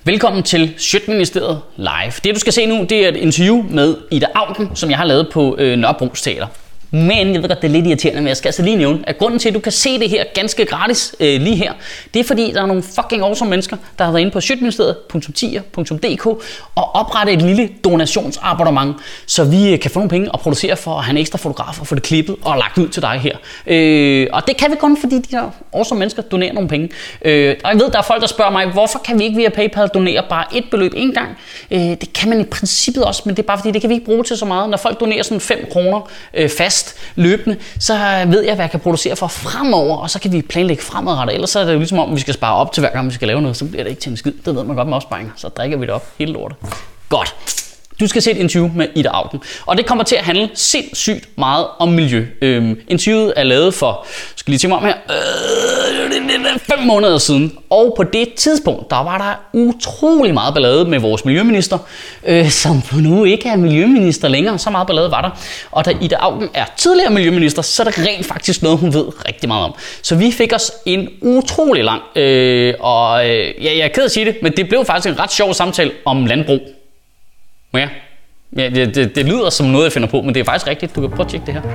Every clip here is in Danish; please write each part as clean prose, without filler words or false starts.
Velkommen til Sjøtministeriet Live. Det du skal se nu, det er et interview med Ida Auken, som jeg har lavet på Nørrebros Teater. Men jeg ved godt, det er lidt irriterende, men jeg skal altså lige nævne, at grunden til, at du kan se det her ganske gratis lige her, det er fordi, der er nogle fucking awesome mennesker, der har været inde på sjøtministeriet.10.dk og oprettet et lille donationsabonnement, så vi kan få nogle penge og producere for at have en ekstra fotograf og få det klippet og lagt ud til dig her. Og det kan vi kun, fordi de her awesome mennesker donerer nogle penge. Og jeg ved, der er folk, der spørger mig, hvorfor kan vi ikke via PayPal donere bare et beløb en gang? Det kan man i princippet også, men det er bare fordi, det kan vi ikke bruge til så meget. Når folk donerer sådan 5 kroner fast løbende, så ved jeg, hvad jeg kan producere for fremover, og så kan vi planlægge fremadrettet. Ellers så er det jo ligesom om, vi skal spare op til hver gang, vi skal lave noget, så bliver det ikke til en skid. Det ved man godt med opsparinger, så drikker vi det op hele lortet. Godt. Du skal se et interview med Ida Auken, og det kommer til at handle sindssygt meget om miljø. Interviewet er lavet for, skal lige tænke mig om her, 5 måneder siden, og på det tidspunkt, der var der utrolig meget ballade med vores miljøminister, som nu ikke er miljøminister længere, så meget ballade var der. Og da Ida Auken er tidligere miljøminister, så er det rent faktisk noget, hun ved rigtig meget om. Så vi fik os en utrolig lang, jeg er ked af at sige det, men det blev faktisk en ret sjov samtale om landbrug. Ja, det lyder som noget, jeg finder på, men det er faktisk rigtigt. Du kan prøve at tjekke det her.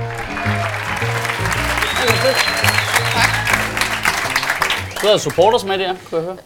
Så er der supporters med der, kunne jeg høre.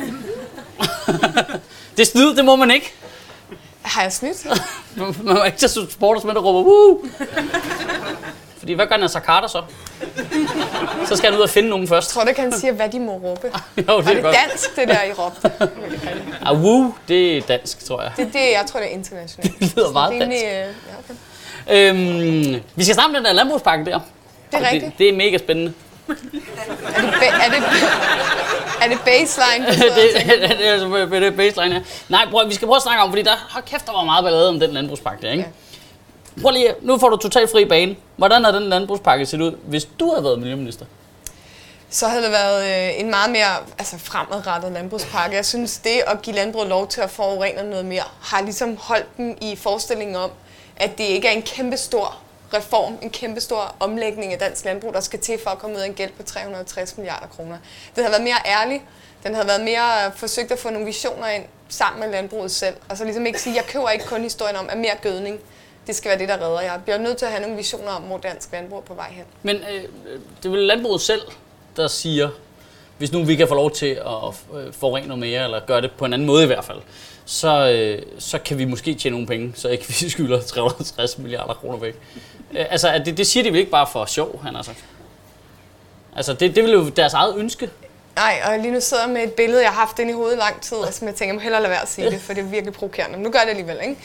Det er snyd, det må man ikke. Har jeg snydt? Man må ikke tage supporters med, der råber woo! Fordi hvad gør Nasser Carter så? Så skal han ud og finde nogen først. Jeg tror, det kan sige, hvad de må råbe. Jo, det er godt. Dansk, det der, I råbte? Woo, det er dansk, tror jeg. Jeg tror, det er internationalt. Det lyder meget dansk. Ja, okay. Vi skal snakke om den der landbrugspakke der. Det er rigtigt. Det er mega spændende. Er det baseline? Det er baseline, ja. Nej, vi skal prøve at snakke om, fordi der kæft, der var meget ballade om den landbrugspakke der, ikke? Ja. Prøv lige, nu får du totalt fri bane. Hvordan har den landbrugspakke set ud, hvis du havde været miljøminister? Så havde det været en meget mere fremadrettet landbrugspakke. Jeg synes, det at give landbruget lov til at forurene noget mere, har ligesom holdt dem i forestillingen om, at det ikke er en kæmpestor reform, en kæmpestor omlægning af dansk landbrug, der skal til for at komme ud af en gæld på 360 milliarder kroner. Det havde været mere ærligt. Den havde været mere forsøgt at få nogle visioner ind sammen med landbruget selv. Og så ligesom ikke sige, jeg køber ikke kun historien om, at mere gødning, det skal være det, der redder. Jeg bliver nødt til at have nogle visioner om, hvor dansk landbrug er på vej hen. Men det er vel landbruget selv, der siger, hvis nu vi kan få lov til at forurene noget mere, eller gøre det på en anden måde i hvert fald, så kan vi måske tjene nogle penge, så ikke vi skylder 360 milliarder kroner væk. Altså, det siger de vel ikke bare for sjov, han har sagt. Altså, det vil jo deres eget ønske. Nej, og lige nu sidder jeg med et billede, jeg har haft inde i hovedet lang tid, og som jeg tænker, jeg må hellere lade være at sige det, for det er virkelig provokerende. Men nu gør jeg det alligevel, ikke?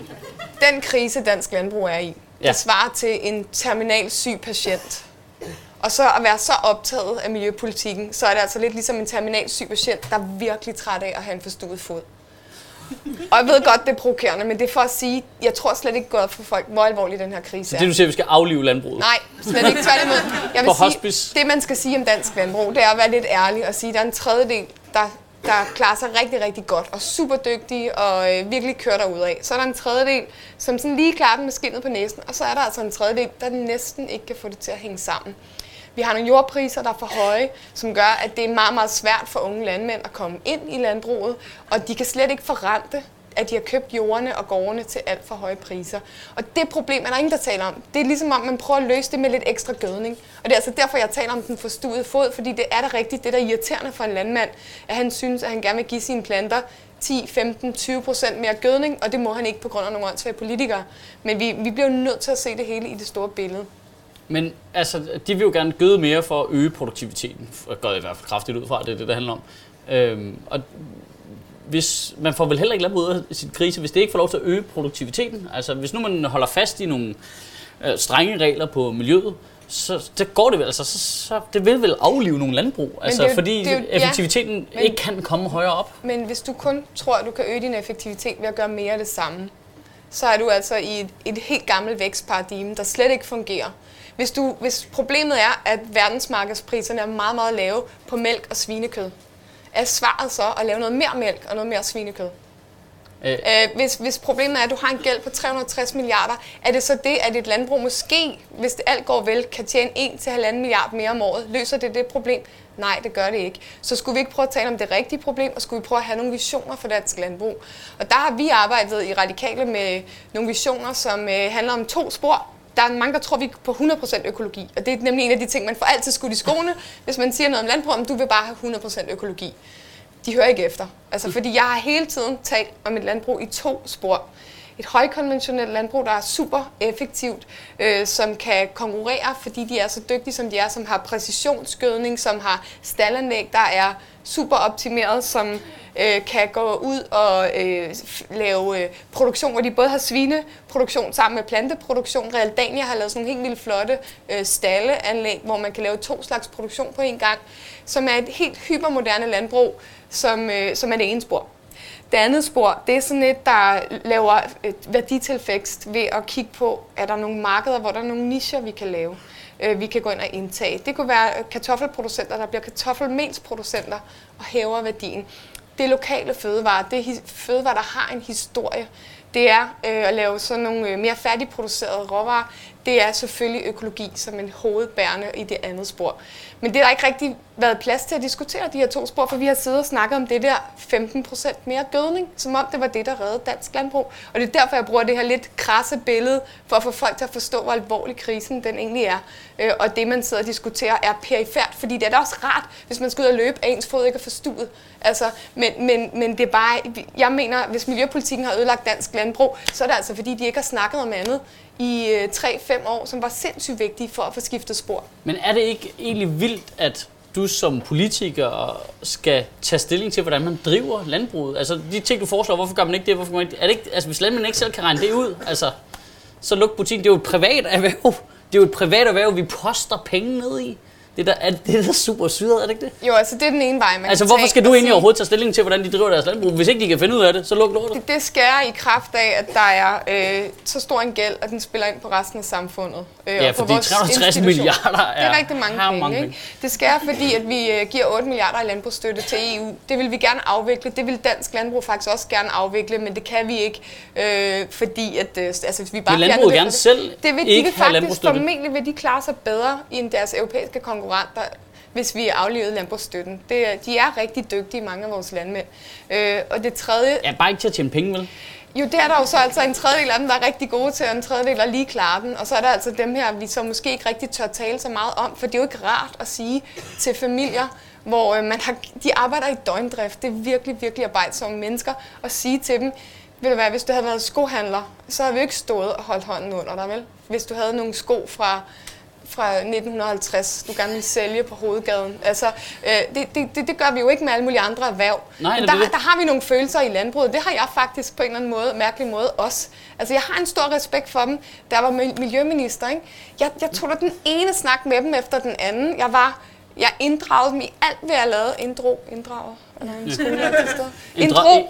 Den krise, dansk landbrug er i, det svarer til en terminal syg patient. Og så at være så optaget af miljøpolitikken, så er det altså lidt ligesom en terminal syg patient, der er virkelig træt af at have en forstuet fod. Og jeg ved godt, det er provokerende, men det er for at sige, jeg tror slet ikke godt for folk, hvor alvorlig den her krise er. Så det du siger, vi skal aflive landbruget? Nej, slet ikke, tværtimod. Jeg vil sige, det man skal sige om dansk landbrug, det er at være lidt ærlig og sige, at der er en tredjedel, der klarer sig rigtig, rigtig godt og super dygtige og virkelig kører derudad. Så er der en tredjedel, som sådan lige klarer den med skindet på næsen, og så er der altså en tredjedel, der næsten ikke kan få det til at hænge sammen. Vi har nogle jordpriser, der er for høje, som gør, at det er meget, meget svært for unge landmænd at komme ind i landbruget, og de kan slet ikke forrente, at de har købt jordene og gårdene til alt for høje priser. Og det problem er der ingen, der taler om. Det er ligesom om, man prøver at løse det med lidt ekstra gødning. Og det er altså derfor, jeg taler om den forstuede fod, fordi det er da rigtigt, det der er irriterende for en landmand, at han synes, at han gerne vil give sine planter 10, 15, 20% mere gødning, og det må han ikke på grund af nogle åndssvage politikere. Men vi bliver nødt til at se det hele i det store billede. Men altså, de vil jo gerne gøde mere for at øge produktiviteten. Jeg går i hvert fald kraftigt ud fra, det er det, der handler om. Og hvis man får vel heller ikke landbruget ud af sin krise, hvis det ikke får lov til at øge produktiviteten. Altså, hvis nu man holder fast i nogle strenge regler på miljøet, så det går det vel, altså, så det vil vel aflive nogle landbrug, altså, fordi effektiviteten ikke kan komme højere op. Men hvis du kun tror, at du kan øge din effektivitet ved at gøre mere af det samme, så er du altså i et helt gammelt vækstparadigme, der slet ikke fungerer. Hvis problemet er, at verdensmarkedspriserne er meget, meget lave på mælk og svinekød, er svaret så at lave noget mere mælk og noget mere svinekød? Hvis problemet er, at du har en gæld på 360 milliarder, er det så det, at et landbrug måske, hvis det alt går vel, kan tjene 1-1,5 milliard mere om året? Løser det problem? Nej, det gør det ikke. Så skulle vi ikke prøve at tale om det rigtige problem, og skulle vi prøve at have nogle visioner for dansk landbrug? Og der har vi arbejdet i Radikale med nogle visioner, som handler om 2 spor. Der er mange, der tror, vi er på 100% økologi, og det er nemlig en af de ting, man får altid skudt i skoene, hvis man siger noget om landbrug, om du vil bare have 100% økologi. De hører ikke efter. Altså, fordi jeg har hele tiden talt om et landbrug i 2 spor. Et højkonventionelt landbrug, der er super effektivt, som kan konkurrere, fordi de er så dygtige, som de er, som har præcisionsgødning, som har staldanlæg, der er super optimeret, som kan gå ud og lave produktion, hvor de både har svineproduktion sammen med planteproduktion. Realdania har lavet sådan nogle helt vildt flotte staldeanlæg, hvor man kan lave 2 slags produktion på en gang, som er et helt hypermoderne landbrug, som er det ene spor. Det andet spor, det er sådan et, der laver værditilvækst ved at kigge på, er der nogle markeder, hvor der er nogle nicher, vi kan lave. Vi kan gå ind og indtage. Det kunne være kartoffelproducenter, der bliver kartoffelmelsproducenter og hæver værdien. Det er lokale fødevarer, det er fødevarer, der har en historie. Det er at lave sådan nogle mere færdigproducerede råvarer. Det er selvfølgelig økologi som en hovedbærende i det andet spor. Men det har ikke rigtig været plads til at diskutere de her 2 spor, for vi har siddet og snakket om det der 15% mere gødning, som om det var det, der reddede dansk landbrug. Og det er derfor, jeg bruger det her lidt krasse billede, for at få folk til at forstå, hvor alvorlig krisen den egentlig er. Og det, man sidder og diskuterer, er perifert, fordi det er da også rart, hvis man skal ud og løbe, at ens fod ikke er forstuet. Altså, men det er bare, jeg mener, hvis miljøpolitikken har ødelagt dansk landbrug, så er det altså, fordi de ikke har snakket om andet i 3-5 år, som var sindssygt vigtige for at få skiftet spor. Men er det ikke egentlig vildt, at du som politiker skal tage stilling til, hvordan man driver landbruget? Altså de ting, du foreslår, hvorfor gør man ikke det? Hvorfor gør man ikke det? Er det ikke, altså hvis landmænd ikke selv kan regne det ud, altså, så luk butikken. Det er jo et privat erhverv. Det er jo et privat erhverv, vi poster penge ned i. Det er da super syret, er det ikke det? Jo, altså det er den ene vej, man altså hvorfor skal du egentlig overhovedet tage stilling til, hvordan de driver deres landbrug? Hvis ikke de kan finde ud af det, så luk lortet. Det skærer i kraft af, at der er så stor en gæld, at den spiller ind på resten af samfundet. Ja, og fordi 360 milliarder er det er rigtig mange penge. Ikke? Det skærer, fordi at vi giver 8 milliarder i landbrugsstøtte til EU. Det vil vi gerne afvikle. Det vil dansk landbrug faktisk også gerne afvikle, men det kan vi ikke, fordi at altså, vi bare fjerner det. Gerne selv det vil de faktisk formentlig vil de klare sig bedre end deres europæiske konkurrenter, hvis vi aflevede landbrugsstøtten. De er rigtig dygtige, mange af vores landmænd. Og det tredje... Ja, bare ikke til at tjene penge, vel? Jo, det er der jo så altså en tredjedel af dem, der er rigtig gode til, og en tredjedel, der lige klarer den. Og så er der altså dem her, vi så måske ikke rigtig tør tale så meget om, for det er jo ikke rart at sige til familier, hvor de arbejder i døgndrift. Det er virkelig, virkelig arbejdsomme mennesker, at sige til dem, ved du hvad, hvis du havde været skohandler, så havde vi jo ikke stået og holdt hånden under dig, vel? Hvis du havde nogle sko fra 1950, du gerne ville sælge på hovedgaden. Altså, det gør vi jo ikke med alle mulige andre erhverv. Nej, men der har vi nogle følelser i landbruget. Det har jeg faktisk på en eller anden måde, mærkelig måde også. Altså, jeg har en stor respekt for dem, da jeg var miljøminister. Ikke? Jeg tog da den ene snak med dem efter den anden. Jeg inddragede dem i alt, hvad jeg lavede. Inddraget. Eller en skole til sted.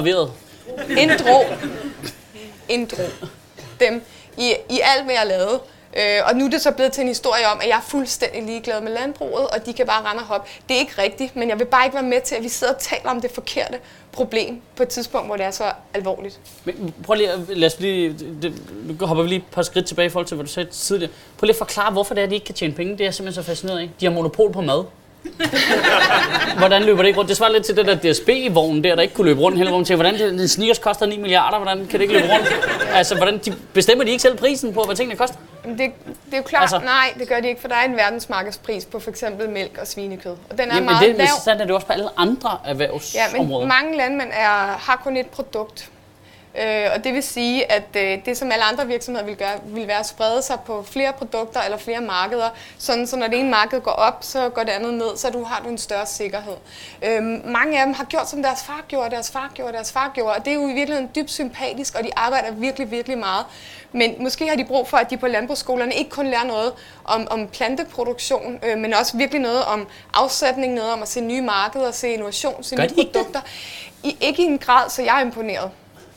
Indrog dem i alt, hvad jeg lavede. Og nu er det så blevet til en historie om, at jeg er fuldstændig ligeglad med landbruget, og de kan bare rende og hoppe. Det er ikke rigtigt, men jeg vil bare ikke være med til, at vi sidder og taler om det forkerte problem på et tidspunkt, hvor det er så alvorligt. Men prøv lige, nu hopper vi lige et par skridt tilbage i forhold til, hvad du sagde tidligere. Prøv lige at forklare, hvorfor det er, at de ikke kan tjene penge. Det er jeg simpelthen så fascineret af. De har monopol på mad. Hvordan løber det ikke rundt? Det svarer lidt til det der DSB-vognen der ikke kunne løbe rundt hele vognen til. Hvordan den Snickers koster 9 milliarder, hvordan kan det ikke løbe rundt? Altså, hvordan bestemmer de ikke selv prisen på, hvad tingene koster? Det er jo klart, altså, nej, det gør de ikke, for der er en verdensmarkedspris på f.eks. mælk og svinekød. Og den er meget lav. Sådan er det også på alle andre erhvervsområder. Ja, men mange landmænd har kun et produkt. Og det vil sige, at det som alle andre virksomheder vil være at sprede sig på flere produkter eller flere markeder, sådan så når det ene marked går op, så går det andet ned, så har du en større sikkerhed. Mange af dem har gjort, som deres far gjorde, og det er jo i virkeligheden dybt sympatisk, og de arbejder virkelig, virkelig meget. Men måske har de brug for, at de på landbrugsskolerne ikke kun lærer noget om planteproduktion, men også virkelig noget om afsætning, noget om at se nye markeder, se innovation, se nye produkter. Ikke i en grad, så jeg er imponeret.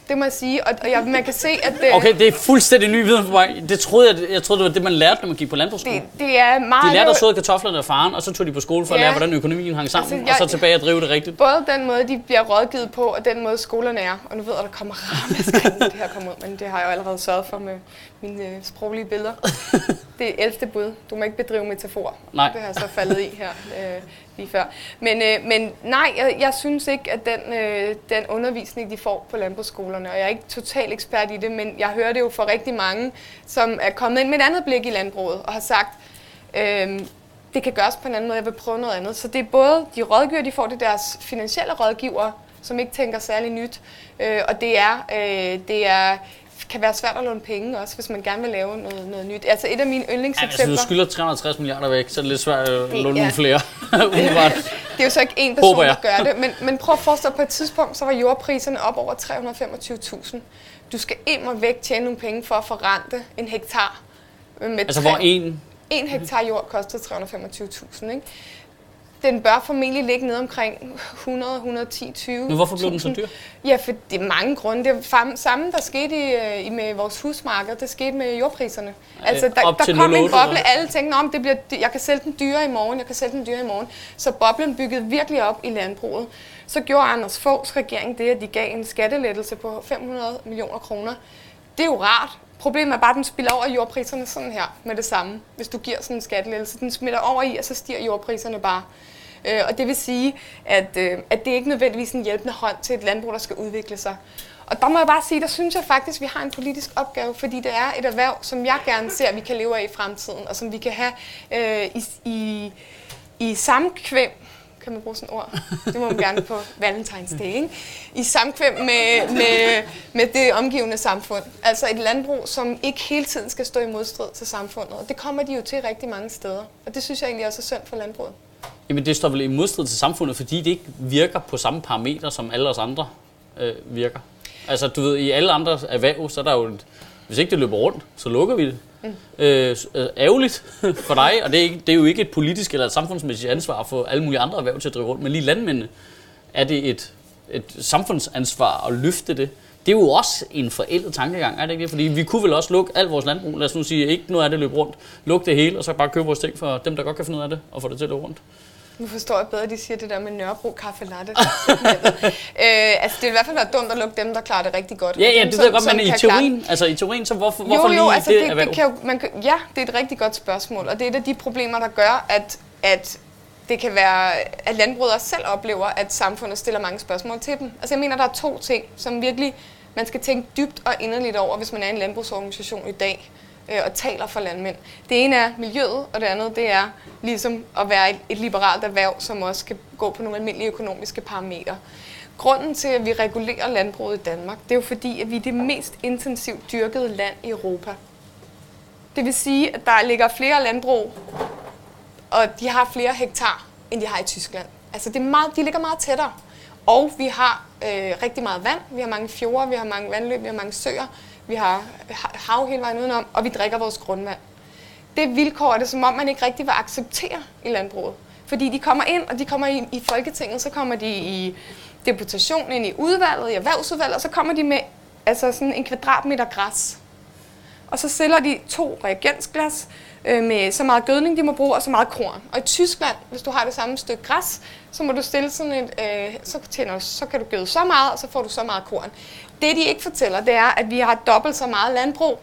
Det må jeg sige, og man kan se, at... Okay, det er fuldstændig ny viden for mig. Jeg troede, det var det, man lærte, når man gik på landbrugsskole. Det er meget... De lærte at såde kartoflerne af faren, og så tog de på skole for at lære, hvordan økonomien hang sammen, altså, og så tilbage at drive det rigtigt. Både den måde, de bliver rådgivet på, og den måde, skolerne er. Og nu ved jeg, at der kommer rammeskrig, når det her kommer ud, men det har jeg jo allerede sørget for med mine sproglige billeder. Det er 11. bud. Du må ikke bedrive metafor. Nej. Det har jeg så faldet i her lige før. Men nej, jeg synes ikke, at den undervisning, de får på landbrugsskolerne, og jeg er ikke total ekspert i det, men jeg hører det jo fra rigtig mange, som er kommet ind med et andet blik i landbruget, og har sagt, det kan gøres på en anden måde, jeg vil prøve noget andet. Så det er både de rådgiver, de får, det deres finansielle rådgivere, som ikke tænker særlig nyt, og det kan være svært at låne penge også, hvis man gerne vil lave noget nyt. Altså et af mine yndlingseksempler... Ja, hvis du skylder 360 milliarder væk, så er det lidt svært at låne nogle flere. Det er jo så ikke én person, der gør det, men prøv at forestille dig, på et tidspunkt, så var jordpriserne op over 325.000. Du skal ind og væk tjene nogle penge for at forrente en hektar. Altså hvor en hektar jord kostede 325.000, ikke? Den bør formentlig ligge ned omkring 100, 110, 20. Men hvorfor blev den så dyr? Ja, for det er mange grunde. Det er samme, der skete med vores husmarked. Det skete med jordpriserne. Altså, der kom en boble. Alle tænkte, om jeg kan sælge den dyre i morgen. Så boblen byggede virkelig op i landbruget. Så gjorde Anders Foghs regering det, at de gav en skattelettelse på 500 millioner kroner. Det er jo rart. Problemet er bare, at den spiller over jordpriserne sådan her med det samme. Hvis du giver sådan en skattelettelse, den smitter over i, og så stiger jordpriserne bare. Og det vil sige, at det er ikke nødvendigvis en hjælpende hånd til et landbrug, der skal udvikle sig. Og der må jeg bare sige, der synes jeg faktisk, at vi har en politisk opgave, fordi det er et erhverv, som jeg gerne ser, at vi kan leve af i fremtiden, og som vi kan have i samkvem. Kan man bruge sådan et ord? Det må man gerne på Valentine's Day, ikke? I samkvem med det omgivende samfund. Altså et landbrug, som ikke hele tiden skal stå i modstrid til samfundet. Og det kommer de jo til rigtig mange steder. Og det synes jeg egentlig også er synd for landbruget. Jamen det står vel i modstrid til samfundet, fordi det ikke virker på samme parametre, som alle os andre virker. Altså du ved, i alle andre erhverv, så er der jo hvis ikke det løber rundt, så lukker vi det. Ærgerligt for dig, og det er jo ikke et politisk eller et samfundsmæssigt ansvar for alle mulige andre erhverv til at drive rundt, men lige landmændene er det et samfundsansvar at løfte det. Det er jo også en forældet tankegang, er det ikke det? Fordi vi kunne vel også lukke alt vores landbrug, lad os nu sige, ikke noget af det løber rundt, lukke det hele, og så bare købe vores ting for dem, der godt kan finde ud af det, og få det til at løbe rundt. Nu forstår jeg bedre, at de siger det der med Nørrebro Kaffe Latte. Altså, det er i hvert fald være dumt at lukke dem, der klarer det rigtig godt. Ja, det ved jeg godt, men i teorien, så hvorfor lige altså det erhverv? Ja, det er et rigtig godt spørgsmål, og det er et af de problemer, der gør, at det kan være, at landbruget også selv oplever, at samfundet stiller mange spørgsmål til dem. Altså, jeg mener, der er 2 ting, som virkelig man skal tænke dybt og inderligt over, hvis man er en landbrugsorganisation i dag og taler for landmænd. Det ene er miljøet, og det andet det er ligesom at være et liberalt erhverv, som også skal gå på nogle almindelige økonomiske parametre. Grunden til, at vi regulerer landbruget i Danmark, det er jo fordi, at vi er det mest intensivt dyrkede land i Europa. Det vil sige, at der ligger flere landbrug, og de har flere hektar, end de har i Tyskland. Altså de ligger meget tættere. Og vi har rigtig meget vand, vi har mange fjorde, vi har mange vandløb, vi har mange søer, vi har hav hele vejen udenom, og vi drikker vores grundvand. Det vilkår er det, som om man ikke rigtig vil acceptere i landbruget. Fordi de kommer ind, og de kommer i Folketinget, så kommer de i deputation ind i udvalget, i erhvervsudvalget, og så kommer de med sådan en kvadratmeter græs. Og så stiller de 2 reagensglas med så meget gødning, de må bruge, og så meget korn. Og i Tyskland, hvis du har det samme stykke græs, så må du stille sådan et, så kan du gøde så meget, og så får du så meget korn. Det de ikke fortæller, det er, at vi har dobbelt så meget landbrug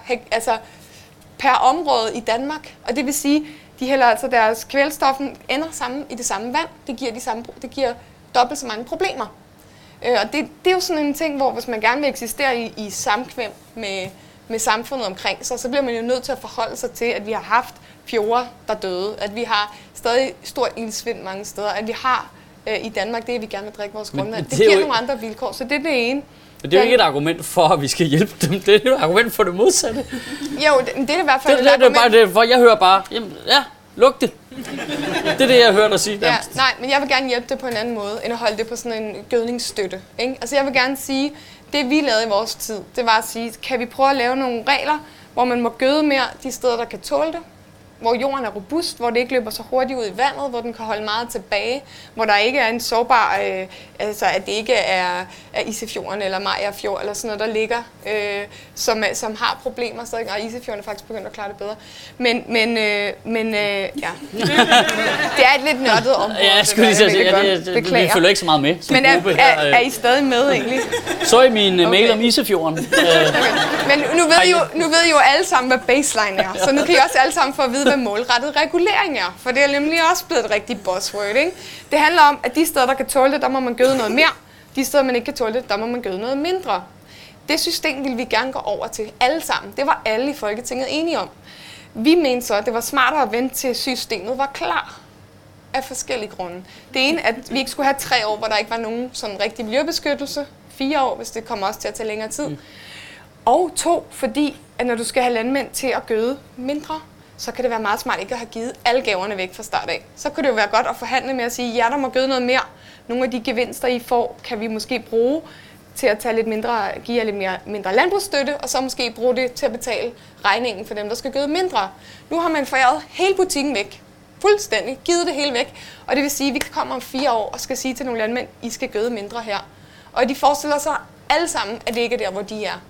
per område i Danmark. Og det vil sige, de hælder altså deres kvælstoffen ender sammen i det samme vand. Det giver dobbelt så mange problemer. Og det er jo sådan en ting, hvor hvis man gerne vil eksistere i samkvem med samfundet omkring sig, så bliver man jo nødt til at forholde sig til, at vi har haft fjorde, der døde, at vi har stadig stor ildsvind mange steder, at vi har i Danmark det, at vi gerne vil drikke vores grundvand. Det giver nogle andre vilkår, så det er det ene. Men det er jo ikke et argument for, at vi skal hjælpe dem. Det er et argument for det modsatte. Jo, det er i hvert fald et argument. Det er bare det, for jeg hører bare, jamen, ja, luk det. Det er det, jeg har hørt dig sige. Ja, nej, men jeg vil gerne hjælpe det på en anden måde, end at holde det på sådan en gødningsstøtte. Ikke? Altså jeg vil gerne sige, det vi lavede i vores tid, det var at sige, kan vi prøve at lave nogle regler, hvor man må gøde mere de steder, der kan tåle det, hvor jorden er robust, hvor det ikke løber så hurtigt ud i vandet, hvor den kan holde meget tilbage, hvor der ikke er en sårbar, altså at det ikke er Isefjorden eller Mariafjord eller sådan noget, der ligger, som har problemer stadig, og Isefjorden er faktisk begyndt at klare det bedre. Men ja, det er et lidt nørdet område. Ja, jeg skulle lige sige, vi følger ikke så meget med. Men er I stadig med egentlig? Så i min mail om Isefjorden. Men nu ved I jo alle sammen, hvad baseline er. Så nu kan I også alle sammen få at vide, hvad målrettet regulering er. For det er nemlig også blevet et rigtigt buzzword, ikke? Det handler om, at de steder, der kan tåle det, der må man gøde noget mere. De steder, man ikke kan tåle det, der må man gøde noget mindre. Det system ville vi gerne gå over til alle sammen. Det var alle i Folketinget enige om. Vi mente så, at det var smartere at vente til systemet var klar. Af forskellige grunde. Det ene, at vi ikke skulle have 3 år, hvor der ikke var nogen sådan rigtig miljøbeskyttelse. 4 år, hvis det kommer også til at tage længere tid. Og 2, fordi at når du skal have landmænd til at gøde mindre, så kan det være meget smart ikke at have givet alle gaverne væk fra start af. Så kan det jo være godt at forhandle med at sige, ja, der må gøde noget mere. Nogle af de gevinster, I får, kan vi måske bruge til at tage lidt mindre, give jer lidt mindre landbrugsstøtte, og så måske bruge det til at betale regningen for dem, der skal gøde mindre. Nu har man foræret hele butikken væk. Fuldstændig. Givet det hele væk. Og det vil sige, at vi kommer om 4 år og skal sige til nogle landmænd, I skal gøde mindre her. Og de forestiller sig alle sammen, at det ikke er der, hvor de er.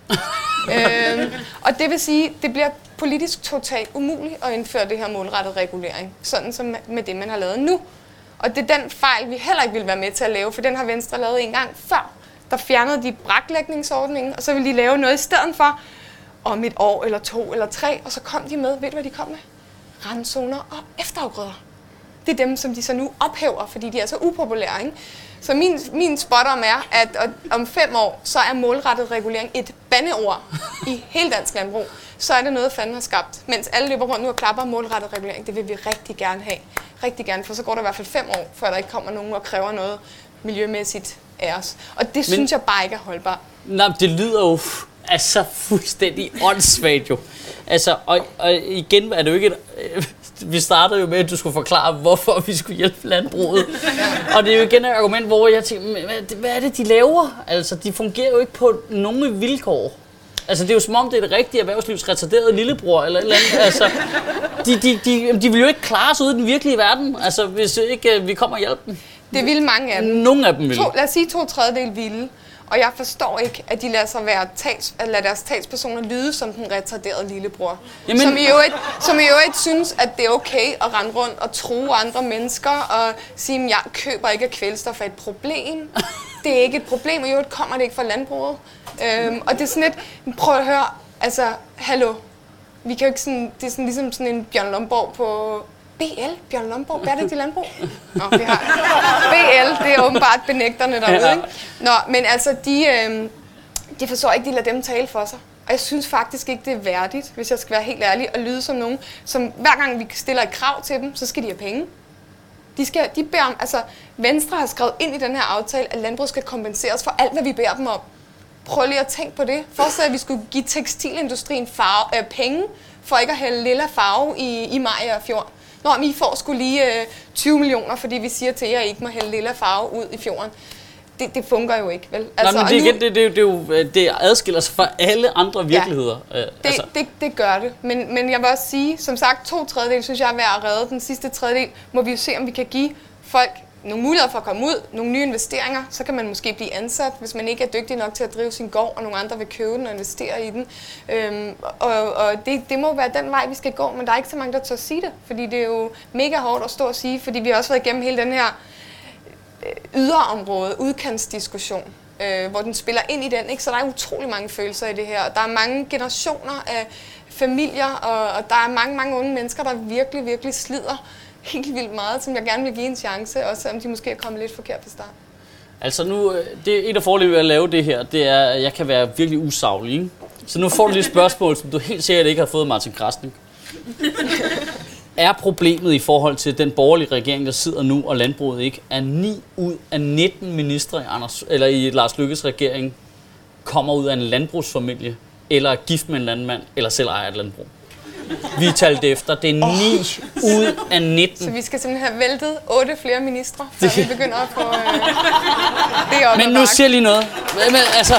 Og det vil sige, at det bliver politisk totalt umuligt at indføre det her målrettet regulering. Sådan som med det, man har lavet nu. Og det er den fejl, vi heller ikke vil være med til at lave, for den har Venstre lavet en gang før. Der fjernede de braklægningsordningen, og så ville de lave noget i stedet for om 1 år eller 2 eller 3, og så kom de med, ved du hvad de kom med? Randzoner og efterafgrøder. Det er dem, som de så nu ophæver, fordi de er så upopulære, ikke? Så min spot om er, at om 5 år, så er målrettet regulering et bandeord i hele dansk landbrug. Så er det noget, fanden har skabt. Mens alle løber rundt nu og klapper målrettet regulering, det vil vi rigtig gerne have. Rigtig gerne, for så går der i hvert fald 5 år, før der ikke kommer nogen og kræver noget miljømæssigt af os. Og det synes jeg bare ikke er holdbart. Nej, det lyder jo altså fuldstændig åndssvagt jo. Altså, og igen er det jo ikke vi startede jo med, at du skulle forklare, hvorfor vi skulle hjælpe landbruget. Og det er jo igen et argument, hvor jeg tænker, hvad er det, de laver? Altså, de fungerer jo ikke på nogen vilkår. Altså, det er jo som om, det er det rigtige erhvervslivsretarderede lillebror eller et eller andet. Altså, de vil jo ikke klare sig ude i den virkelige verden, altså, hvis ikke vi kommer og hjælper dem. Det vil mange af dem. Nogle af dem vil. Lad os sige 2/3 ville. Og jeg forstår ikke, at de lader deres talspersoner lyde som den retarderede lillebror. Jamen. Som i øvrigt synes, at det er okay at rende rundt og true andre mennesker og sige, at jeg køber ikke af kvælstof er et problem. Det er ikke et problem, og i øvrigt kommer det ikke fra landbruget. Og det er sådan lidt, prøv at høre, altså, hallo. Vi kan jo ikke sådan, det er sådan ligesom sådan en Bjørn Lomborg på BL, Bjørn Lomborg, bæredygtig landbrug? Nå, det har BL, det er åbenbart benægterne derude, ikke? Nå, men altså, de forstår ikke, de lader dem tale for sig. Og jeg synes faktisk ikke, det er værdigt, hvis jeg skal være helt ærlig, at lyde som nogen, som hver gang vi stiller et krav til dem, så skal de have penge. De beder om, altså, Venstre har skrevet ind i den her aftale, at landbruget skal kompenseres for alt, hvad vi beder dem om. Prøv lige at tænke på det. Forestil, at vi skulle give tekstilindustrien penge, for ikke at hælde lilla farve i Mariafjord. Nå, men I får sgu lige 20 millioner, fordi vi siger til jer, at I ikke må hælde lilla farve ud i fjorden. Det fungerer jo ikke, vel? Altså, nej, men det adskiller sig fra alle andre virkeligheder. Ja, det gør det. Men jeg vil også sige, som sagt, 2/3 synes jeg er værd at redde. Den sidste tredjedel må vi jo se, om vi kan give folk nogle muligheder for at komme ud, nogle nye investeringer, så kan man måske blive ansat, hvis man ikke er dygtig nok til at drive sin gård, og nogle andre vil købe den og investere i den. Og det må være den vej, vi skal gå, men der er ikke så mange, der tør at sige det, fordi det er jo mega hårdt at stå og sige, fordi vi har også været igennem hele den her yderområde, udkantsdiskussion, hvor den spiller ind i den, ikke? Så der er utrolig mange følelser i det her. Der er mange generationer af familier, og der er mange, mange unge mennesker, der virkelig, virkelig slider helt vildt meget, som jeg gerne vil give en chance, også selvom de måske er kommet lidt forkert fra start. Altså nu, det er et af fordelene ved at lave det her, det er, at jeg kan være virkelig usaglig, ikke? Så nu får du lidt spørgsmål, som du helt sikkert ikke har fået Martin Krasnik. Er problemet i forhold til den borgerlige regering, der sidder nu, og landbruget ikke, er 9 ud af 19 ministre i Lars Løkkes regering kommer ud af en landbrugsfamilie, eller er gift med en landmand, eller selv ejer et landbrug? Vi talte efter. Det er 9 ud af 19. Så vi skal simpelthen have væltet 8 flere ministre, før vi begynder at få det op. Men nu siger jeg lige noget. Men, altså,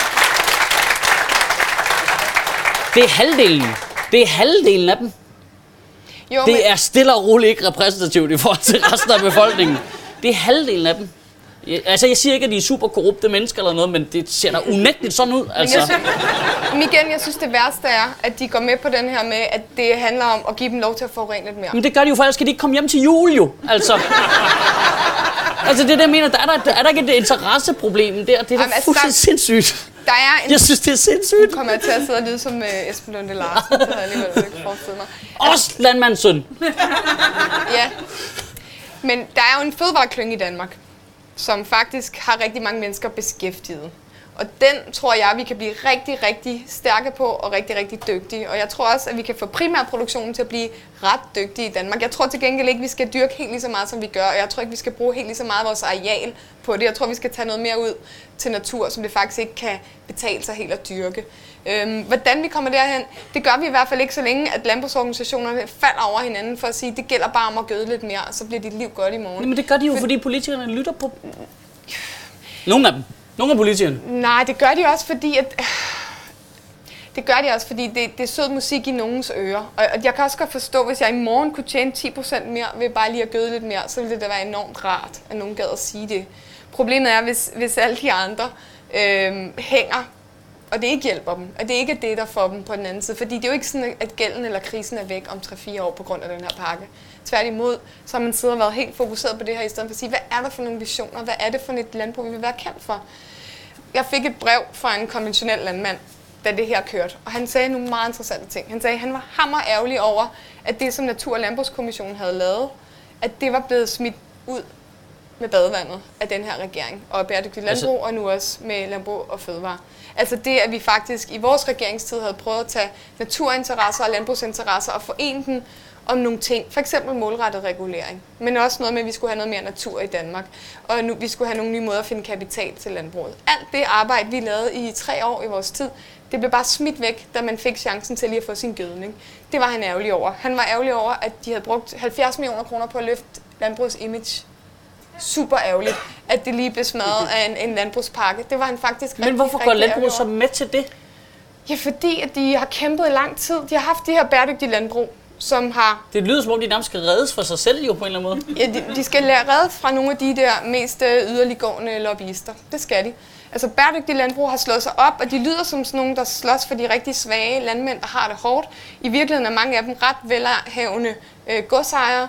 det er halvdelen. Det er halvdelen af dem. Jo, det er stille og roligt ikke repræsentativt i forhold til resten af befolkningen. Det er halvdelen af dem. Altså, jeg siger ikke, at de er super korrupte mennesker eller noget, men det ser da unægteligt sådan ud. Altså. Jeg synes, det værste er, at de går med på den her med, at det handler om at give dem lov til at forurene lidt mere. Men det gør de jo, for ellers skal de ikke komme hjem til jul jo. Altså, altså det er det, jeg mener. Er der ikke et interesseproblem der? Det er da fuldstændig sindssygt. Jeg synes, det er sindssygt. Nu kommer jeg til at sidde og lyde som Esben Lunde Larsen. Det havde jeg alligevel ikke forestillet mig. Også landmandssøn. Ja. Men der er jo en fødevareklynge i Danmark, som faktisk har rigtig mange mennesker beskæftiget. Og den tror jeg, vi kan blive rigtig, rigtig stærke på og rigtig, rigtig dygtige. Og jeg tror også, at vi kan få primærproduktionen til at blive ret dygtige i Danmark. Jeg tror til gengæld ikke, vi skal dyrke helt lige så meget, som vi gør. Og jeg tror ikke, vi skal bruge helt lige så meget af vores areal på det. Jeg tror, vi skal tage noget mere ud til natur, som det faktisk ikke kan betale sig helt at dyrke. Hvordan vi kommer derhen, det gør vi i hvert fald ikke så længe, at landbrugsorganisationerne falder over hinanden for at sige, at det gælder bare om at gøde lidt mere, og så bliver dit liv godt i morgen. Men det gør de jo, fordi politikerne lytter på nogle af dem. Nogle af politikerne? Nej, det gør de også, fordi det er sød musik i nogens ører. Og jeg kan også godt forstå, hvis jeg i morgen kunne tjene 10% mere ved bare lige at gøde lidt mere, så ville det da være enormt rart, at nogen gad at sige det. Problemet er, hvis alle de andre hænger, og det ikke hjælper dem, og det ikke er det, der får dem på den anden side. Fordi det er jo ikke sådan, at gælden eller krisen er væk om 3-4 år på grund af den her pakke. Tværtimod, så har man siddet og været helt fokuseret på det her, i stedet for at sige, hvad er der for nogle visioner, hvad er det for et landbrug, vi vil være kendt for? Jeg fik et brev fra en konventionel landmand, da det her kørte, og han sagde nogle meget interessante ting. Han sagde, at han var hammer ærgerlig over, at det, som Natur- og Landbrugskommissionen havde lavet, at det var blevet smidt ud med badevandet af den her regering, og bæredygtigt landbrug, og nu også med landbrug og fødevare. Altså det, at vi faktisk i vores regeringstid havde prøvet at tage naturinteresser og landbrugsinteresser og forene dem om nogle ting, for eksempel målrettet regulering, men også noget med, at vi skulle have noget mere natur i Danmark, og nu vi skulle have nogle nye måder at finde kapital til landbruget. Alt det arbejde, vi lavede i 3 år i vores tid, det blev bare smidt væk, da man fik chancen til lige at få sin gødning. Det var han ærgerlig over. Han var ærgerlig over, at de havde brugt 70 millioner kroner på at løfte landbrugets image. Super ærgerligt, at det lige blev smadret af en landbrugspakke. Det var han faktisk rigtig. Men hvorfor går landbruget så med til det? Ja, fordi at de har kæmpet i lang tid. De har haft de her bæredygtige landbrug, som har... Det lyder som om, de nærmest skal reddes for sig selv jo på en eller anden måde. Ja, de skal reddes fra nogle af de der mest yderliggående lobbyister. Det skal de. Altså bæredygtige landbrug har slået sig op, og de lyder som sådan nogle, der slås for de rigtig svage landmænd, der har det hårdt. I virkeligheden er mange af dem ret velhavende godsejere,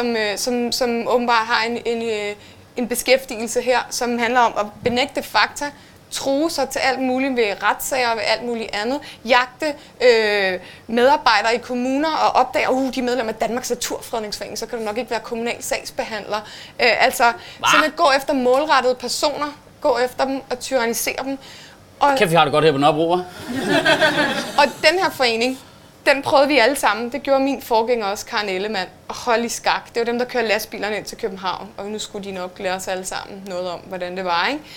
som åbenbart har en beskæftigelse her, som handler om at benægte fakta, true sig til alt muligt ved retssager og ved alt muligt andet, jagte medarbejdere i kommuner og opdage, de er medlem af Danmarks Naturfredningsforening, så kan du nok ikke være kommunal sagsbehandler. Simpelthen gå efter målrettede personer, gå efter dem og tyrannisere dem. Kæft, vi har det godt her på Nørrebro, hva'? Og den her forening, den prøvede vi alle sammen. Det gjorde min forgænger også, Karen Ellemann, og hold i skak. Det var dem, der kørte lastbilerne ind til København, og nu skulle de nok lære os alle sammen noget om, hvordan det var, ikke?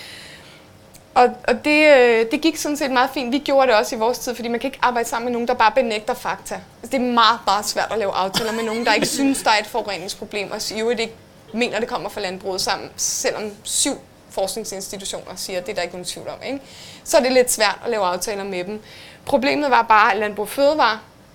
Og det gik sådan set meget fint. Vi gjorde det også i vores tid, fordi man kan ikke arbejde sammen med nogen, der bare benægter fakta. Altså, det er meget svært at lave aftaler med nogen, der ikke synes, der er et forureningsproblem, og i øvrigt ikke mener, det kommer fra landbruget sammen, selvom 7 forskningsinstitutioner siger, at det er der ikke nogen tvivl om, ikke? Så er det lidt svært at lave aftaler med dem. Problemet var bare, at Landbrug Fødevare,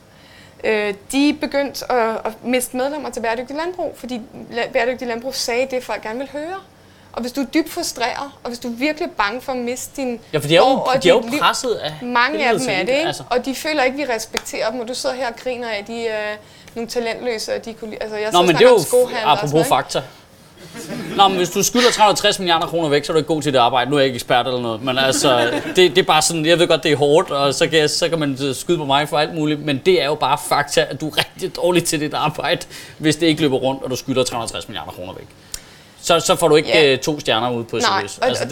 de begyndte at miste medlemmer til bæredygtig landbrug, fordi bæredygtig landbrug sagde det, folk gerne vil høre. Og hvis du er dybt frustreret, og hvis du er virkelig bange for at miste din de er jo presset af mange af dem er det, ikke? Altså. Og de føler ikke, vi respekterer dem, og du sidder her og griner af, de er nogle talentløse, og de kunne... Altså, jeg men det er jo apropos fakta. Nå, men hvis du skylder 360 milliarder kroner væk, så er du ikke god til det arbejde. Nu er jeg ikke ekspert eller noget, men altså, det er bare sådan, jeg ved godt, det er hårdt, og så kan man skyde på mig for alt muligt, men det er jo bare fakta, at du er rigtig dårlig til dit arbejde, hvis det ikke løber rundt, og du skylder 360 milliarder kroner væk. Så får du ikke 2 stjerner ud på service. Altså,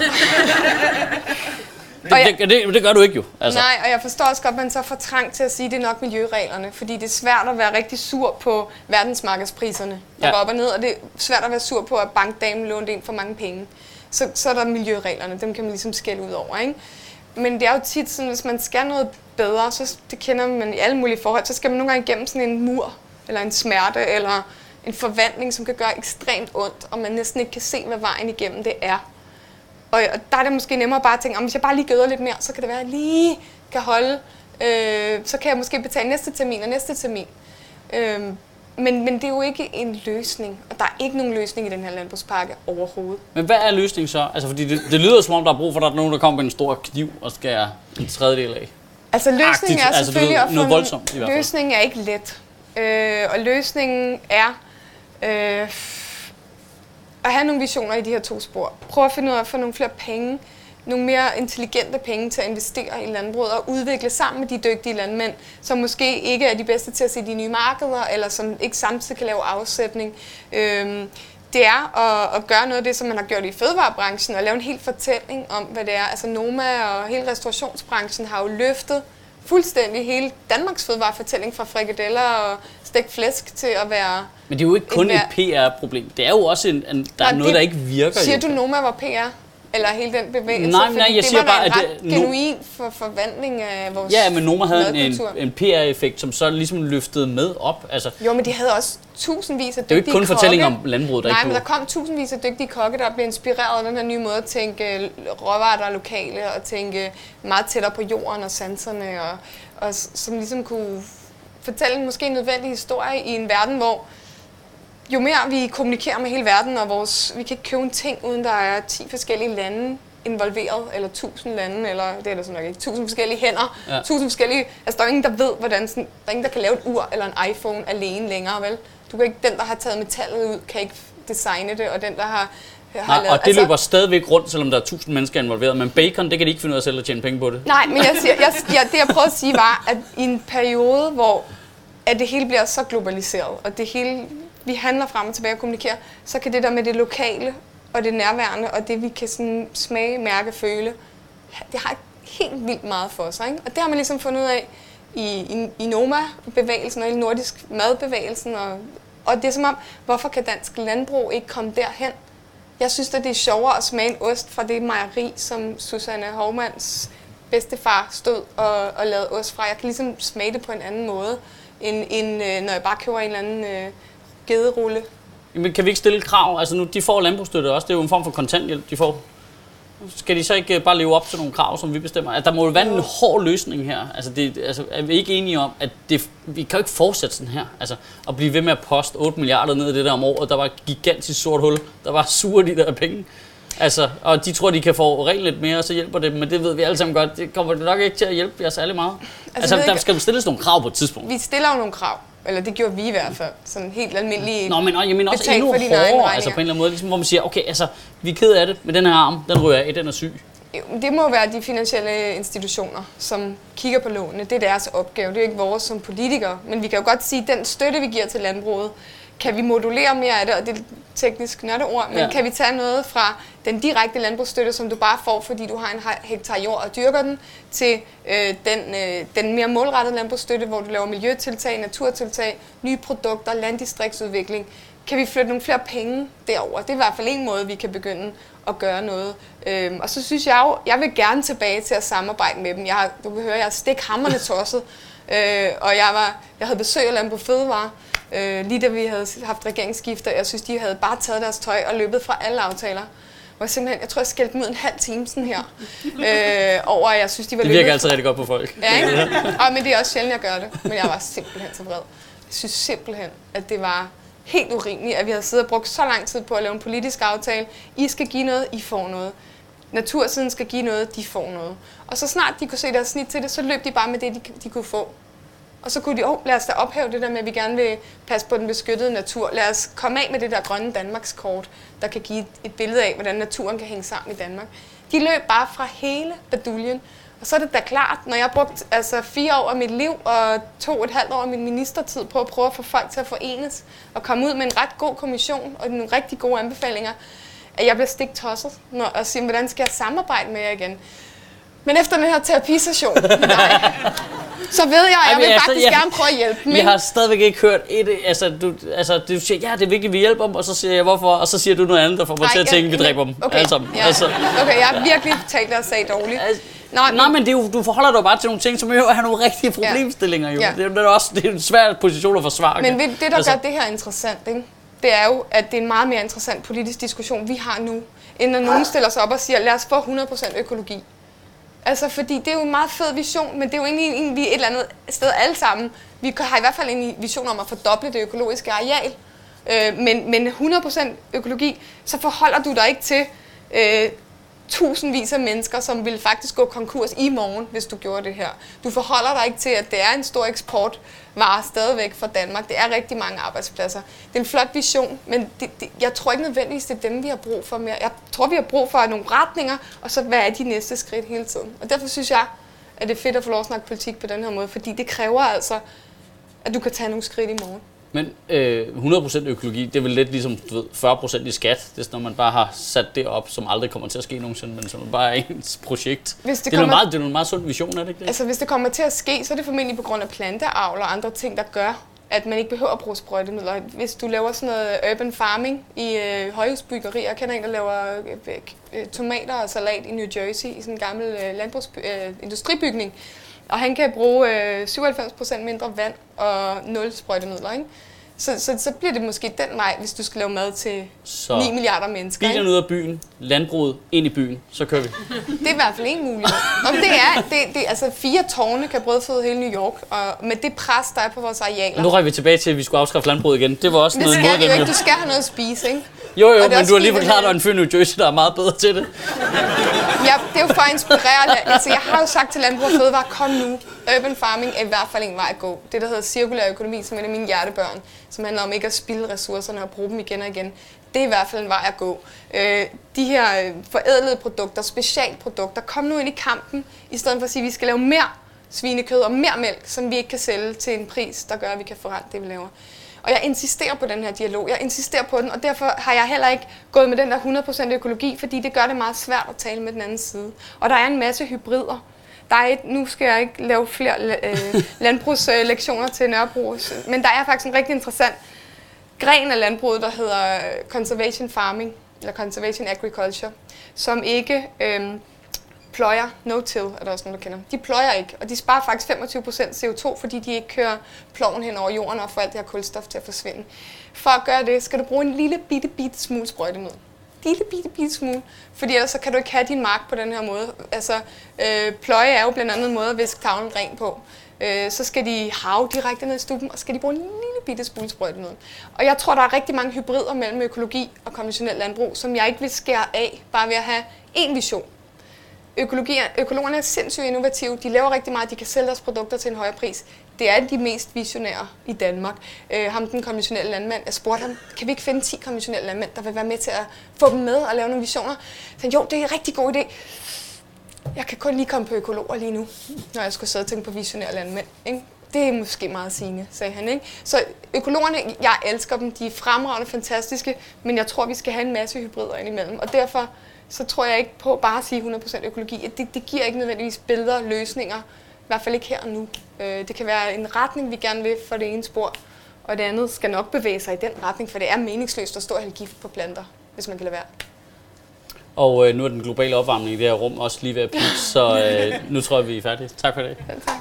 det gør du ikke jo. Altså. Nej, og jeg forstår også godt, at man så får trang til at sige, at det er nok miljøreglerne, fordi det er svært at være rigtig sur på verdensmarkedspriserne, der går op og ned, og det er svært at være sur på, at bankdamen lånte ind for mange penge. Så er der miljøreglerne, dem kan man ligesom skælde ud over, ikke? Men det er jo tit sådan, hvis man skal noget bedre, så det kender man i alle mulige forhold, så skal man nogle gange igennem sådan en mur, eller en smerte, eller en forvandling, som kan gøre ekstremt ondt, og man næsten ikke kan se, hvad vejen igennem det er. Og der er det måske nemmere bare at tænke, hvis jeg bare lige gøder lidt mere, så kan det være, at jeg lige kan holde, så kan jeg måske betale næste termin og næste termin. Men det er jo ikke en løsning, og der er ikke nogen løsning i den her landbrugspakke overhovedet. Men hvad er løsningen så? Altså, fordi det lyder som om, der er brug for, at der er nogen, der kommer med en stor kniv og skærer en tredjedel af. Altså løsningen er selvfølgelig at få noget voldsomt, i hvert fald. Løsningen er ikke let. Og løsningen er at have nogle visioner i de her 2 spor. Prøv at finde ud af at få nogle flere penge, nogle mere intelligente penge til at investere i landbruget og udvikle sammen med de dygtige landmænd, som måske ikke er de bedste til at se de nye markeder, eller som ikke samtidig kan lave afsætning. Det er at gøre noget af det, som man har gjort i fødevarebranchen, og lave en hel fortælling om, hvad det er. Altså Noma og hele restaurationsbranchen har jo løftet fuldstændig hele Danmarks fødevarefortælling fra frikadeller og stegt flæsk til at være... Men det er jo ikke kun et PR-problem. Det er jo også der er noget, der ikke virker. Siger du, Noma var PR? Eller hele den bevægelse? Nej, jeg siger bare, at det genuin forvandling af vores Ja, men Noma havde en PR-effekt, som så ligesom løftede med op. Altså, jo, men de havde også tusindvis af dygtige kokke. Det er jo ikke kun fortælling om landbruget, der Nej, ikke men der kom tusindvis af dygtige kokke, der blev inspireret af den her nye måde at tænke råvarer, der er lokale, og tænke meget tættere på jorden og sanserne, og som ligesom kunne fortælle en måske nødvendig historie i en verden, hvor jo mere vi kommunikerer med hele verden, og vi kan ikke købe en ting, uden der er 10 forskellige lande involveret, eller 1000 lande, eller det er der sådan nok ikke, 1000 forskellige hænder, 1000 forskellige, altså der er ingen, der ved, hvordan sådan, der er ingen, der kan lave et ur eller en iPhone alene længere, vel? Du kan ikke, den, der har taget metallet ud, kan ikke designe det, og den, der har lavet... Og det løber stadigvæk rundt, selvom der er 1000 mennesker involveret, men bacon, det kan de ikke finde ud af selv at tjene penge på det. Nej, men det jeg prøver at sige var, at i en periode, hvor at det hele bliver så globaliseret, og det hele, vi handler frem og tilbage og kommunikerer, så kan det der med det lokale og det nærværende, og det vi kan sådan smage, mærke, føle, det har helt vildt meget for sig, ikke? Og det har man ligesom fundet ud af i Noma-bevægelsen og i nordisk madbevægelsen, og det er som om, hvorfor kan dansk landbrug ikke komme derhen? Jeg synes, at det er sjovere at smage en ost fra det mejeri, som Susanne Hovmands bedstefar stod og lavede ost fra. Jeg kan ligesom smage det på en anden måde, end når jeg bare køber en eller anden gederulle. Men kan vi ikke stille krav? Altså nu, de får landbrugsstøtte også, det er jo en form for kontanthjælp, de får. Skal de så ikke bare leve op til nogle krav, som vi bestemmer? Altså, der må jo være en hård løsning her. Altså, er vi ikke enige om, at vi kan jo ikke fortsætte sådan her? Altså, at blive ved med at poste 8 milliarder ned i det der om året, der var et gigantisk sort hul, der var sure de der penge. Altså, og de tror, de kan få reglen lidt mere, og så hjælper det, men det ved vi alle sammen godt. Det kommer det nok ikke til at hjælpe jer særlig meget. Altså der skal stilles nogle krav på et tidspunkt. Vi stiller jo nogle krav. Eller det gjorde vi i hvert fald. Sådan helt almindelige. Nå, men jeg mener også endnu hårdere, altså på en eller anden måde, ligesom, hvor man siger, okay, altså, vi er ked af det, men den her arm, den ryger af, den er syg. Det må være de finansielle institutioner, som kigger på lånene. Det er deres opgave, det er ikke vores som politikere. Men vi kan jo godt sige, at den støtte, vi giver til landbruget, kan vi modulere mere af det, og det er teknisk nørdeord, men kan vi tage noget fra den direkte landbrugsstøtte, som du bare får, fordi du har en hektar jord og dyrker den, til den mere målrettede landbrugsstøtte, hvor du laver miljøtiltag, naturtiltag, nye produkter, landdistriktsudvikling. Kan vi flytte nogle flere penge derover? Det er i hvert fald en måde, vi kan begynde at gøre noget. Og så synes jeg jo, jeg vil gerne tilbage til at samarbejde med dem. Du kan høre, jeg er stikhamrende tosset, og jeg havde besøg af Landbrug Fødevare, lige da vi havde haft regeringsskifter. Jeg synes, de havde bare taget deres tøj og løbet fra alle aftaler. Jeg tror, jeg skældte dem ud en halv time sådan her. Over at jeg synes, de var løbet. Det virker altid rigtig godt på folk. Ja, ikke? Men det er også sjældent, jeg gør det. Men jeg var simpelthen så vred. Jeg synes simpelthen, at det var helt urimeligt, at vi havde siddet og brugt så lang tid på at lave en politisk aftale. I skal give noget, I får noget. Natursiden skal give noget, de får noget. Og så snart de kunne se deres snit til det, så løb de bare med det, de kunne få. Og så kunne de, lad os da ophæve det der med, at vi gerne vil passe på den beskyttede natur. Lad os komme af med det der grønne Danmarkskort, der kan give et billede af, hvordan naturen kan hænge sammen i Danmark. De løb bare fra hele baduljen. Og så er det da klart, når jeg har brugt 4 år af mit liv og 2,5 år af min ministertid på at prøve at få folk til at forenes og komme ud med en ret god kommission og nogle rigtig gode anbefalinger, at jeg bliver stiktosset og siger, hvordan skal jeg samarbejde med jer igen? Men efter den her terapisession, så ved jeg vil faktisk gerne prøve at hjælpe dem. Jeg har stadigvæk ikke hørt du siger, ja, det er vigtigt, vi hjælper dem, og så siger jeg, hvorfor, og så siger du noget andet, der får mig til at tænke, vi dræber dem alle sammen. Ja. Okay, jeg har virkelig talt deres sag dårligt. Nej, men du forholder dig bare til nogle ting, som jo har nogle rigtige problemstillinger. Jo. Ja. Det er en svær position at forsvare. Men det, der gør det her interessant, ikke? Det er jo, at det er en meget mere interessant politisk diskussion, vi har nu, end når nogen stiller sig op og siger, lad os få 100% økologi. Altså, fordi det er jo en meget fed vision, men det er jo egentlig en, vi et eller andet sted alle sammen Vi har i hvert fald en vision om at fordoble det økologiske areal, men 100% økologi, så forholder du dig ikke til tusindvis af mennesker, som vil faktisk gå konkurs i morgen, hvis du gjorde det her. Du forholder dig ikke til, at det er en stor eksportvare stadigvæk fra Danmark. Det er rigtig mange arbejdspladser. Det er en flot vision, men jeg tror ikke nødvendigvis, det er dem, vi har brug for mere. Jeg tror, vi har brug for nogle retninger, og så hvad er de næste skridt hele tiden. Og derfor synes jeg, at det er fedt at få lov at snakke politik på den her måde, fordi det kræver altså, at du kan tage nogle skridt i morgen. Men 100% økologi, det er vel lidt ligesom, du ved, 40% i skat. Det er sådan, når man bare har sat det op, som aldrig kommer til at ske nogensinde, men som bare er ens projekt. Det er en meget sund vision, er det ikke det? Altså, hvis det kommer til at ske, så er det formentlig på grund af planteavl og andre ting, der gør, at man ikke behøver at bruge sprøjtemidler. Hvis du laver sådan noget urban farming i højhusbyggerier, jeg kender en, der laver tomater og salat i New Jersey, i sådan en gammel industribygning, og han kan bruge 97% mindre vand og 0 sprøjtemidler, ikke? Så bliver det måske den vej, hvis du skal lave mad til 9 milliarder mennesker. Bilen ud af byen, landbruget ind i byen, så kører vi. Det er i hvert fald en mulighed. Altså 4 tårne kan brødføde hele New York, og med det pres, der er på vores arealer. Nu røg vi tilbage til, at vi skulle afskaffe landbruget igen. Det var også noget imod dem. Ikke. Du skal have noget at spise, ikke? Jo, men du har lige forklaret, at der er en fyr i New Jersey, der er meget bedre til det. Ja, det er jo for at inspirere. Altså, jeg har jo sagt til Landbrug og Fødevare, kom nu. Urban farming er i hvert fald en vej at gå. Det, der hedder cirkulær økonomi, som er en af mine hjertebørn, som handler om ikke at spilde ressourcerne og bruge dem igen og igen. Det er i hvert fald en vej at gå. De her forædlede produkter, specialprodukter, kom nu ind i kampen, i stedet for at sige, at vi skal lave mere svinekød og mere mælk, som vi ikke kan sælge til en pris, der gør, at vi kan forrente det, vi laver. Og jeg insisterer på den her dialog, jeg insisterer på den, og derfor har jeg heller ikke gået med den der 100% økologi, fordi det gør det meget svært at tale med den anden side. Og der er en masse hybrider. Nu skal jeg ikke lave flere landbrugslektioner til Nørrebro, men der er faktisk en rigtig interessant gren af landbruget, der hedder conservation farming, eller conservation agriculture, som ikke pløjer, no-till er der også nogen, der kender. De pløjer ikke, og de sparer faktisk 25% CO2, fordi de ikke kører ploven hen over jorden og får alt det her kulstof til at forsvinde. For at gøre det, skal du bruge en lille bitte smule sprøjtemiddel. Bitte smule, fordi ellers så kan du ikke have din mark på den her måde. Altså, pløje er jo blandt andet en måde at viske tavlen ren på. Så skal de harve direkte ned i stuben, og så skal de bruge en lille bitte smule sprøjtemiddel. Og jeg tror, der er rigtig mange hybrider mellem økologi og konventionel landbrug, som jeg ikke vil skære af, bare ved at have én vision. Økologerne er sindssygt innovative, de laver rigtig meget, de kan sælge deres produkter til en højere pris. Det er de mest visionære i Danmark. Den konventionelle landmand, jeg spurgte ham, kan vi ikke finde 10 konventionelle landmænd, der vil være med til at få dem med og lave nogle visioner? Så jo, det er en rigtig god idé. Jeg kan kun lige komme på økologer lige nu, når jeg skulle sidde og tænke på visionære landmænd. Ikke? Det er måske meget sigende, sagde han. Ikke? Så økologerne, jeg elsker dem, de er fremragende, fantastiske, men jeg tror, vi skal have en masse hybrider indimellem. Og derfor så tror jeg ikke på bare at sige 100% økologi. Det giver ikke nødvendigvis bedre løsninger, i hvert fald ikke her og nu. Det kan være en retning, vi gerne vil for det ene spor, og det andet skal nok bevæge sig i den retning, for det er meningsløst at stå og hælde gift på planter, hvis man kan lade være. Og nu er den globale opvarmning i det her rum også lige ved at peak, så nu tror jeg, vi er færdige. Tak for det. Ja, tak.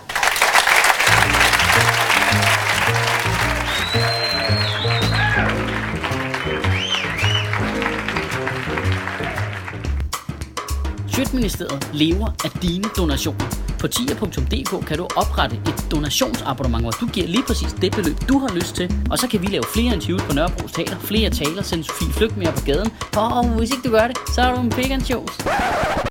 Sjøtministeriet lever af dine donationer. På tier.dk kan du oprette et donationsabonnement, hvor du giver lige præcis det beløb, du har lyst til. Og så kan vi lave flere interviews på Nørrebros Teater, flere taler, sende Sofie Flygt mere på gaden. Og hvis ikke du gør det, så er du en pig and shows.